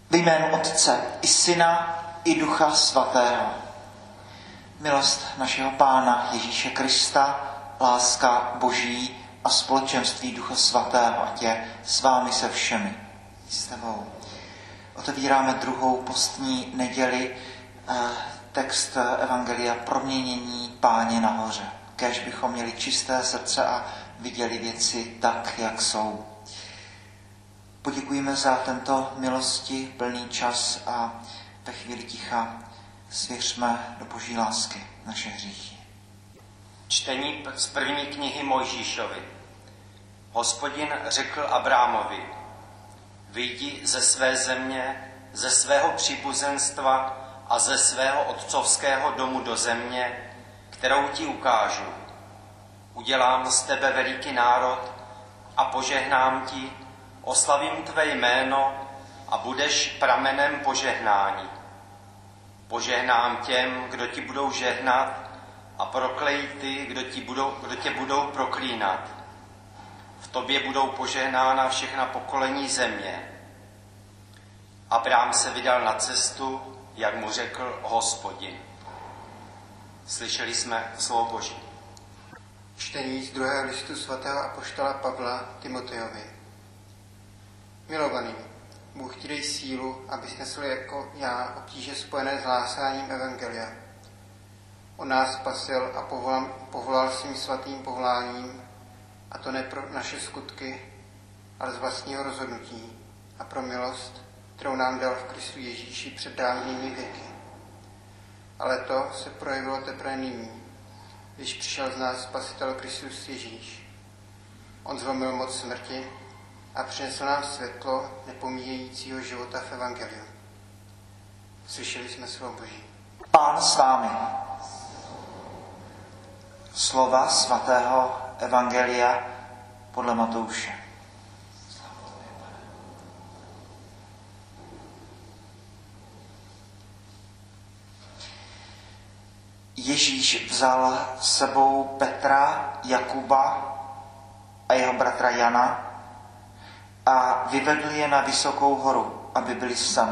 Ve jménu Otce i Syna i Ducha Svatého. Milost našeho Pána Ježíše Krista, láska Boží a společenství Ducha Svatého, ať je s vámi se všemi. S tebou. Otevíráme druhou postní neděli, text Evangelia Proměnění Páně nahoře. Kéž bychom měli čisté srdce a viděli věci tak, jak jsou. Poděkujeme za tento milosti plný čas a ve chvíli ticha svěřme do Boží lásky naše hříchy. Čtení z první knihy Mojžíšovi. Hospodin řekl Abrámovi: vyjdi ze své země, ze svého příbuzenstva a ze svého otcovského domu do země, kterou ti ukážu. Udělám z tebe veliký národ a požehnám ti, oslavím tvé jméno a budeš pramenem požehnání. Požehnám těm, kdo ti budou žehnat, a proklej ty, kdo tě budou proklínat. V tobě budou požehnána všechna pokolení země. Abrám se vydal na cestu, jak mu řekl Hospodin. Slyšeli jsme slovo Boží. Čtení z druhého listu svatého apoštola Pavla Timotejovi. Milovaný, Bůh ti dej sílu, abys nesl jako já obtíže spojené s hlásáním Evangelia. On nás spasil a povolal svým svatým povoláním, a to ne pro naše skutky, ale z vlastního rozhodnutí a pro milost, kterou nám dal v Kristu Ježíši před dávnými věky. Ale to se projevilo teprve nyní, když přišel z nás Spasitel Kristus Ježíš. On zlomil moc smrti a přinesl nám světlo nepomíjejícího života v Evangeliu. Slyšeli jsme slovo Boží. Pán s vámi. Slova svatého Evangelia podle Matouše. Ježíš vzal s sebou Petra, Jakuba a jeho bratra Jana a vyvedl je na vysokou horu, aby byli sami.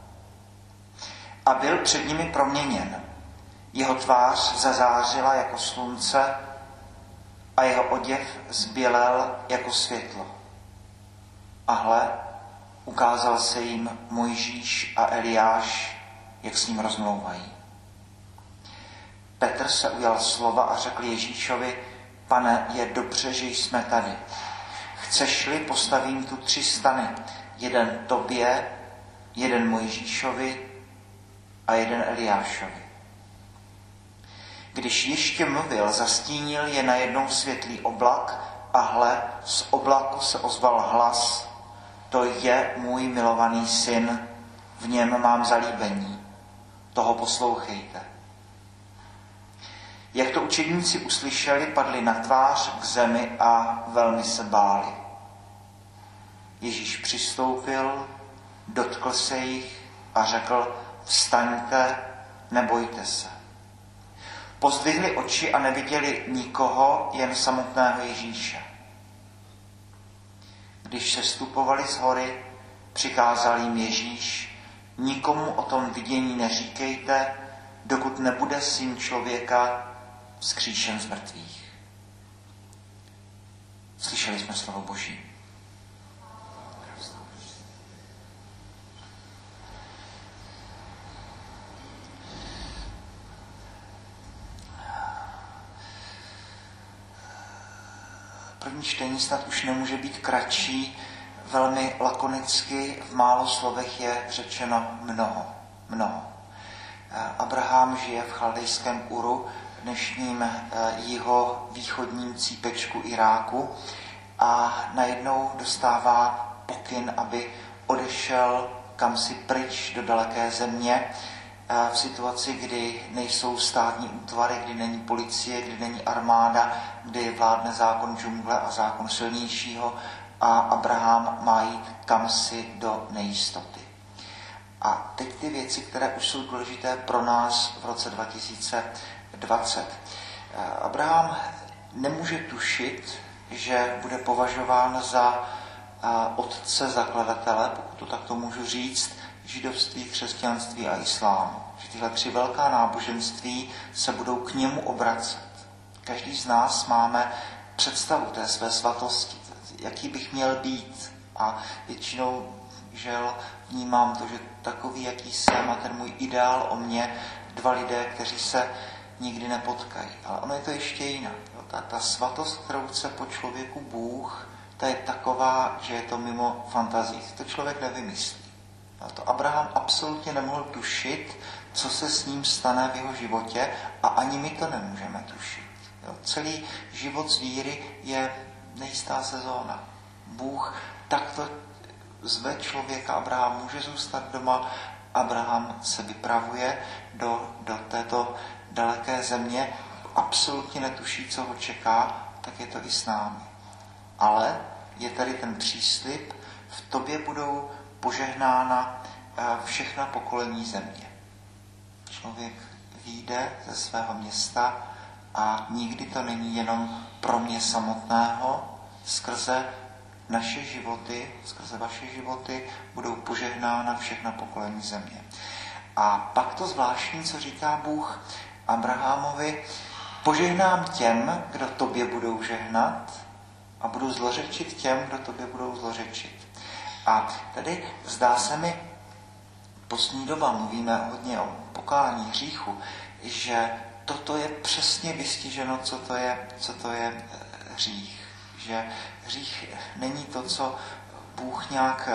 A byl před nimi proměněn. Jeho tvář zazářila jako slunce a jeho oděv zbělel jako světlo. A hle, ukázal se jim Mojžíš a Eliáš, jak s ním rozmlouvají. Petr se ujal slova a řekl Ježíšovi: Pane, je dobře, že jsme tady. Chceš-li, postavím tu 3 stany, jeden tobě, jeden Mojžíšovi a jeden Eliášovi. Když ještě mluvil, zastínil je najednou světlý oblak a hle, z oblaku se ozval hlas: to je můj milovaný syn, v něm mám zalíbení, toho poslouchejte. Jak to učedníci uslyšeli, padli na tvář k zemi a velmi se báli. Ježíš přistoupil, dotkl se jich a řekl: vstaňte, nebojte se. Pozdvihli oči a neviděli nikoho, jen samotného Ježíše. Když se stupovali z hory, přikázal jim Ježíš: nikomu o tom vidění neříkejte, dokud nebude Syn člověka vzkříšen z mrtvých. Slyšeli jsme slovo Boží. První čtení snad už nemůže být kratší, velmi lakonicky, v málo slovech je řečeno mnoho. Abraham žije v chaldejském Uru, dnešním jihovýchodním cípečku Iráku, a najednou dostává pokyn, aby odešel kamsi pryč do daleké země, v situaci, kdy nejsou státní útvary, kdy není policie, kdy není armáda, kdy vládne zákon džungle a zákon silnějšího, a Abraham má jít kamsi do nejistoty. A teď ty věci, které už jsou důležité pro nás v roce 2020. Abraham nemůže tušit, že bude považován za otce zakladatele, pokud to takto můžu říct, židovství, křesťanství a islámu. Že tyhle 3 velká náboženství se budou k němu obracet. Každý z nás máme představu té své svatosti, jaký bych měl být. A většinou, žel, vnímám to, že takový, jaký jsem, a ten můj ideál o mně, 2 lidé, kteří se nikdy nepotkají. Ale ono je to ještě jinak. Ta svatost, kterou chce po člověku Bůh, ta je taková, že je to mimo fantazii. To člověk nevymyslí. To Abraham absolutně nemohl tušit, co se s ním stane v jeho životě, a ani my to nemůžeme tušit. Celý život z víry je nejistá sezóna. Bůh takto zve člověka, Abraham může zůstat doma, Abraham se vypravuje do této daleké země, absolutně netuší, co ho čeká, tak je to i s námi. Ale je tady ten příslib, v tobě budou požehnána všechna pokolení země. Člověk vyjde ze svého města a nikdy to není jenom pro mě samotného, skrze naše životy, skrze vaše životy budou požehnána všechna pokolení země. A pak to zvláštní, co říká Bůh Abrahamovi, požehnám těm, kdo tobě budou žehnat, a budu zlořečit těm, kdo tobě budou zlořečit. A tady zdá se mi, poslední doba mluvíme hodně o pokání hříchu, že toto je přesně vystiženo, co to je hřích. Že hřích není to, co Bůh nějak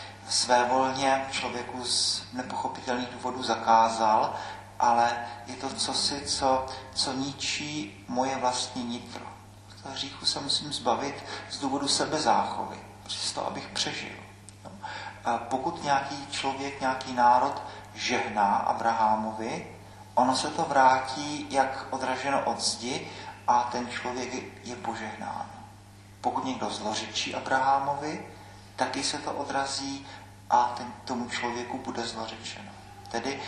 svévolně člověku z nepochopitelných důvodů zakázal, ale je to cosi, co ničí moje vlastní nitro. Z hříchu se musím zbavit z důvodu sebezáchovy, přesto abych přežil. Pokud nějaký člověk, nějaký národ žehná Abrahamovi, ono se to vrátí jak odraženo od zdi a ten člověk je požehnán. Pokud někdo zlořečí Abrahamovi, taky se to odrazí a tomu člověku bude zlořečeno. Tedy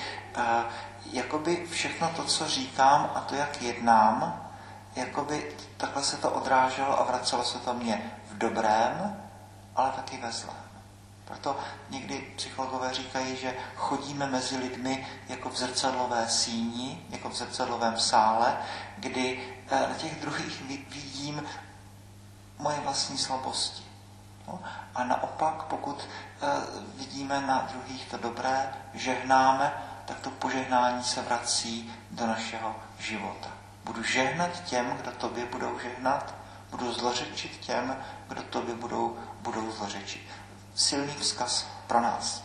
jakoby všechno to, co říkám a to, jak jednám, jakoby takhle se to odráželo a vracelo se to mně v dobrém, ale taky ve zlém. Proto někdy psychologové říkají, že chodíme mezi lidmi jako v zrcadlové síni, jako v zrcadlovém sále, kdy na těch druhých vidím moje vlastní slabosti. No? A naopak, pokud vidíme na druhých to dobré, žehnáme, tak to požehnání se vrací do našeho života. Budu žehnat těm, kdo tobě budou žehnat, budu zlořečit těm, kdo tobě budou zlořečit. Silný vzkaz pro nás.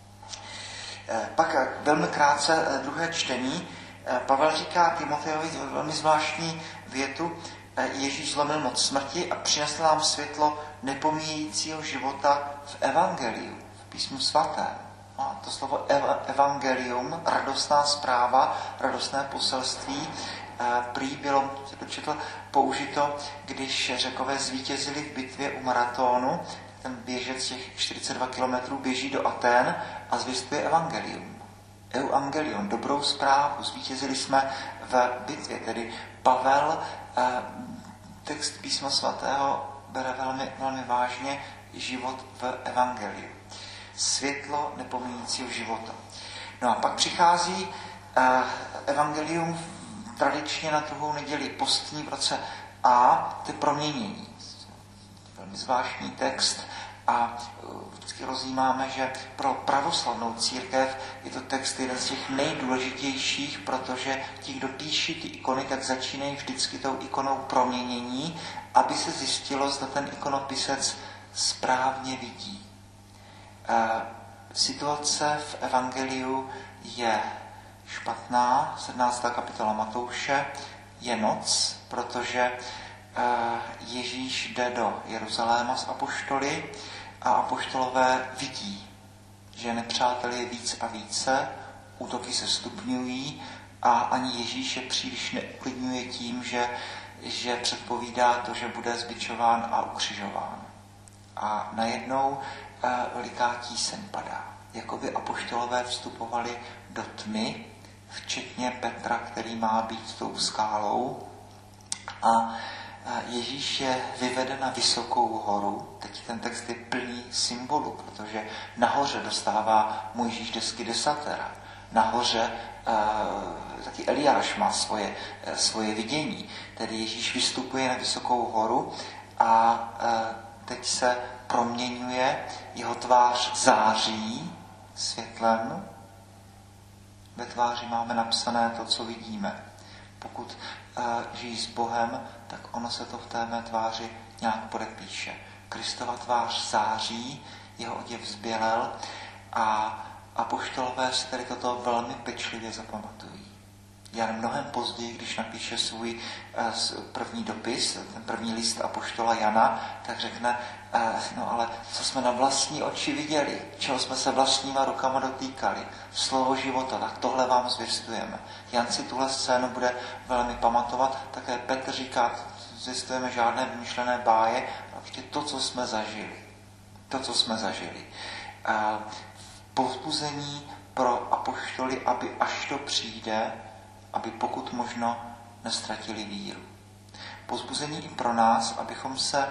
Pak velmi krátce druhé čtení. Pavel říká Timotejovi velmi zvláštní větu. Ježíš zlomil moc smrti a přinesl nám světlo nepomíjejícího života v evangeliu, v písmu svatém. A to slovo evangelium, radostná zpráva, radostné poselství, prý bylo, se to četl, použito, když Řekové zvítězili v bitvě u Maratonu. Ten běžec těch 42 kilometrů běží do Atén a zvěstuje evangelium. Evangelium, dobrou zprávu, zvítězili jsme v bitvě. Tedy Pavel text písma svatého bere velmi, velmi vážně, život v evangeliu. Světlo nepomíjícího života. No a pak přichází evangelium tradičně na druhou neděli postní v roce A, to je proměnění. Velmi zvláštní text a vždycky rozjímáme, že pro pravoslavnou církev je to text jeden z těch nejdůležitějších, protože ti, kdo píší ty ikony, tak začínají vždycky tou ikonou proměnění, aby se zjistilo, zda ten ikonopisec správně vidí. Situace v evangeliu je špatná, 17. kapitola Matouše, je noc, protože Ježíš jde do Jeruzaléma s apoštoly a apoštolové vidí, že nepřátel je víc a více, útoky se stupňují a ani Ježíš je příliš neuklidňuje tím, že předpovídá to, že bude zbičován a ukřižován. A najednou veliká tíseň padá. Jakoby apoštolové vstupovali do tmy, včetně Petra, který má být tou skálou. A Ježíš je vyveden na vysokou horu. Teď ten text je plný symbolů, protože nahoře dostává Mojžíš desky desatera. Nahoře taky Eliáš má svoje vidění. Tedy Ježíš vystupuje na vysokou horu a teď se proměňuje, jeho tvář září světlem. Ve tváři máme napsané to, co vidíme. Pokud žijí s Bohem, tak ono se to v té mé tváři nějak podepíše. Kristova tvář září, jeho oděv zbělel a apoštolové si tady toto velmi pečlivě zapamatují. Jan mnohem později, když napíše svůj první dopis, ten první list apoštola Jana, tak řekne, no ale co jsme na vlastní oči viděli, čeho jsme se vlastníma rukama dotýkali, slovo života, tak tohle vám zvěstujeme. Jan si tuhle scénu bude velmi pamatovat, také Petr říká, zvěstujeme žádné vymyšlené báje, ale vždy to, co jsme zažili. To, co jsme zažili. Povzbuzení pro apoštoly, aby až to přijde, aby pokud možno nestratili víru. Povzbuzení i pro nás, abychom se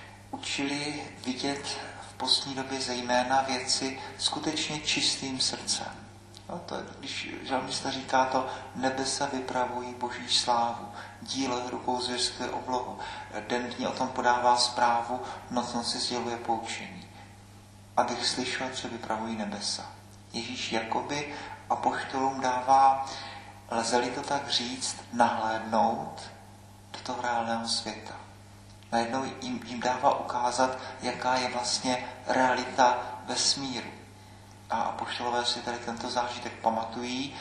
učili vidět v postní době zejména věci skutečně čistým srdcem. No to je, když žalmista říká to, nebe se vypravují boží slávu, dílo rukou zvěstuje oblohu, den dní o tom podává zprávu, noc noci sděluje poučení. Abych slyšel, co vypravují nebesa. Ježíš jakoby apoštolům dává, lze-li to tak říct, nahlédnout do toho reálného světa. Najednou jim dává ukázat, jaká je vlastně realita vesmíru. A apoštolové si tady tento zážitek pamatují.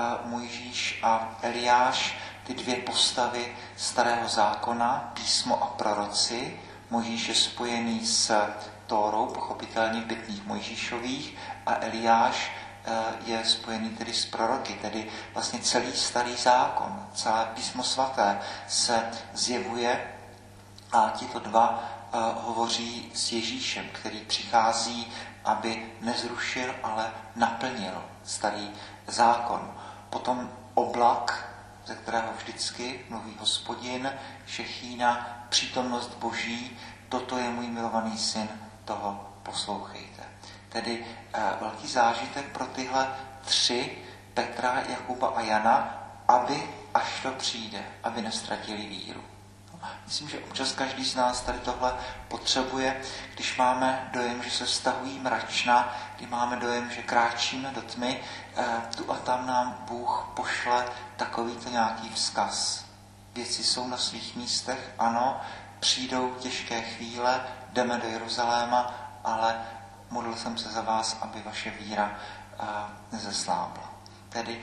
Mojžíš a Eliáš, ty dvě postavy starého zákona, písmo a proroci. Mojžíš je spojený s Tórou, pochopitelně v bytních Mojžíšových, a Eliáš je spojený tedy s proroky, tedy vlastně celý starý zákon, celé písmo svaté se zjevuje a tito dva hovoří s Ježíšem, který přichází, aby nezrušil, ale naplnil starý zákon. Potom oblak, ze kterého vždycky mluví Hospodin, Šechína, přítomnost Boží, toto je můj milovaný syn, toho poslouchejte. Tedy velký zážitek pro tyhle tři, Petra, Jakuba a Jana, aby až to přijde, aby nestratili víru. Myslím, že občas každý z nás tady tohle potřebuje, když máme dojem, že se vztahují mračna, kdy máme dojem, že kráčíme do tmy, tu a tam nám Bůh pošle takovýto nějaký vzkaz. Věci jsou na svých místech, ano, přijdou těžké chvíle, jdeme do Jeruzaléma, ale modlil jsem se za vás, aby vaše víra nezeslábla. Tedy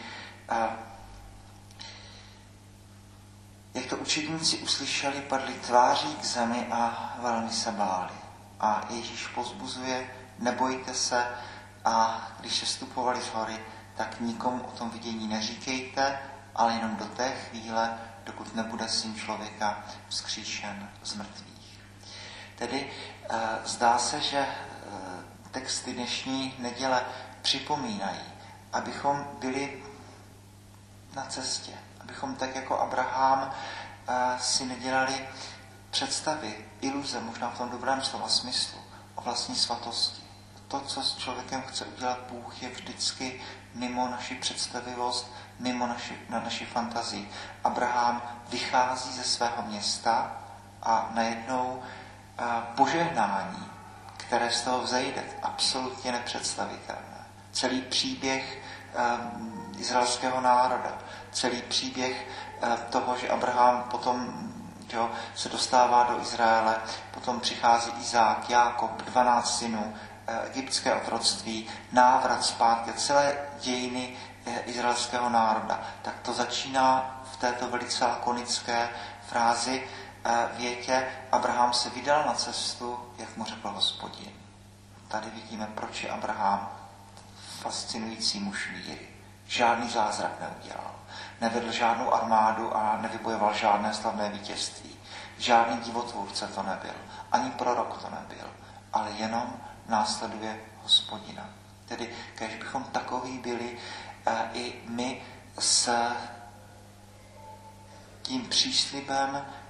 jak to učedníci uslyšeli, padli tváří k zemi a velmi se báli. A Ježíš povzbuzuje, nebojte se, a když se stupovali z hory, tak nikomu o tom vidění neříkejte, ale jenom do té chvíle, dokud nebude Syn člověka vzkříšen z mrtvých. Tedy zdá se, že texty dnešní neděle připomínají, abychom byli na cestě, abychom tak jako Abraham si nedělali představy, iluze, možná v tom dobrém slova smyslu, o vlastní svatosti. To, co s člověkem chce udělat Bůh, je vždycky mimo naši představivost, mimo naši fantazii. Abraham vychází ze svého města a najednou požehnání, které z toho vzejde, absolutně nepředstavitelné. Celý příběh izraelského národa, celý příběh toho, že Abraham potom se dostává do Izraele, potom přichází Izák, Jákob, 12 synů, egyptské otroctví, návrat zpátky, celé dějiny izraelského národa. Tak to začíná v této velice lakonické frázi, větě, Abraham se vydal na cestu, jak mu řekl Hospodin. Tady vidíme, proč je Abraham fascinující muž víry. Žádný zázrak neudělal. Nevedl žádnou armádu a nevybojoval žádné slavné vítězství. Žádný divotvůrce to nebyl. Ani prorok to nebyl. Ale jenom následuje Hospodina. Tedy, když bychom takoví byli i my s tím příslibem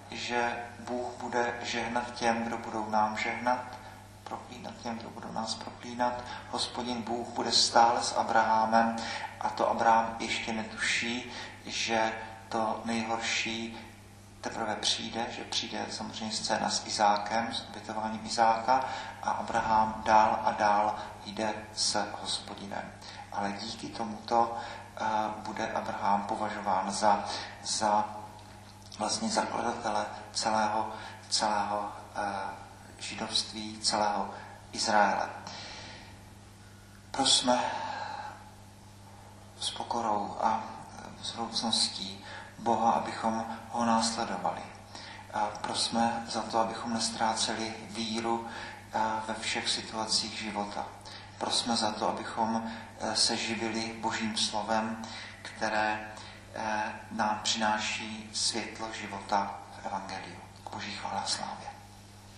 že Bůh bude žehnat těm, kdo budou nám žehnat, proklínat těm, kdo budou nás proklínat. Hospodin Bůh bude stále s Abrahamem a to Abraham ještě netuší, že to nejhorší teprve přijde, že přijde samozřejmě scéna s Izákem, s obětováním Izáka a Abraham dál a dál jde s Hospodinem. Ale díky tomuto bude Abraham považován za vlastně zakladatele celého židovství, celého Izraele. Prosme s pokorou a s vroucností Boha, abychom ho následovali. Prosme za to, abychom nestráceli víru ve všech situacích života. Prosme za to, abychom se živili Božím slovem, které nám přináší světlo života v Evangeliu. K Boží chvále a slávě.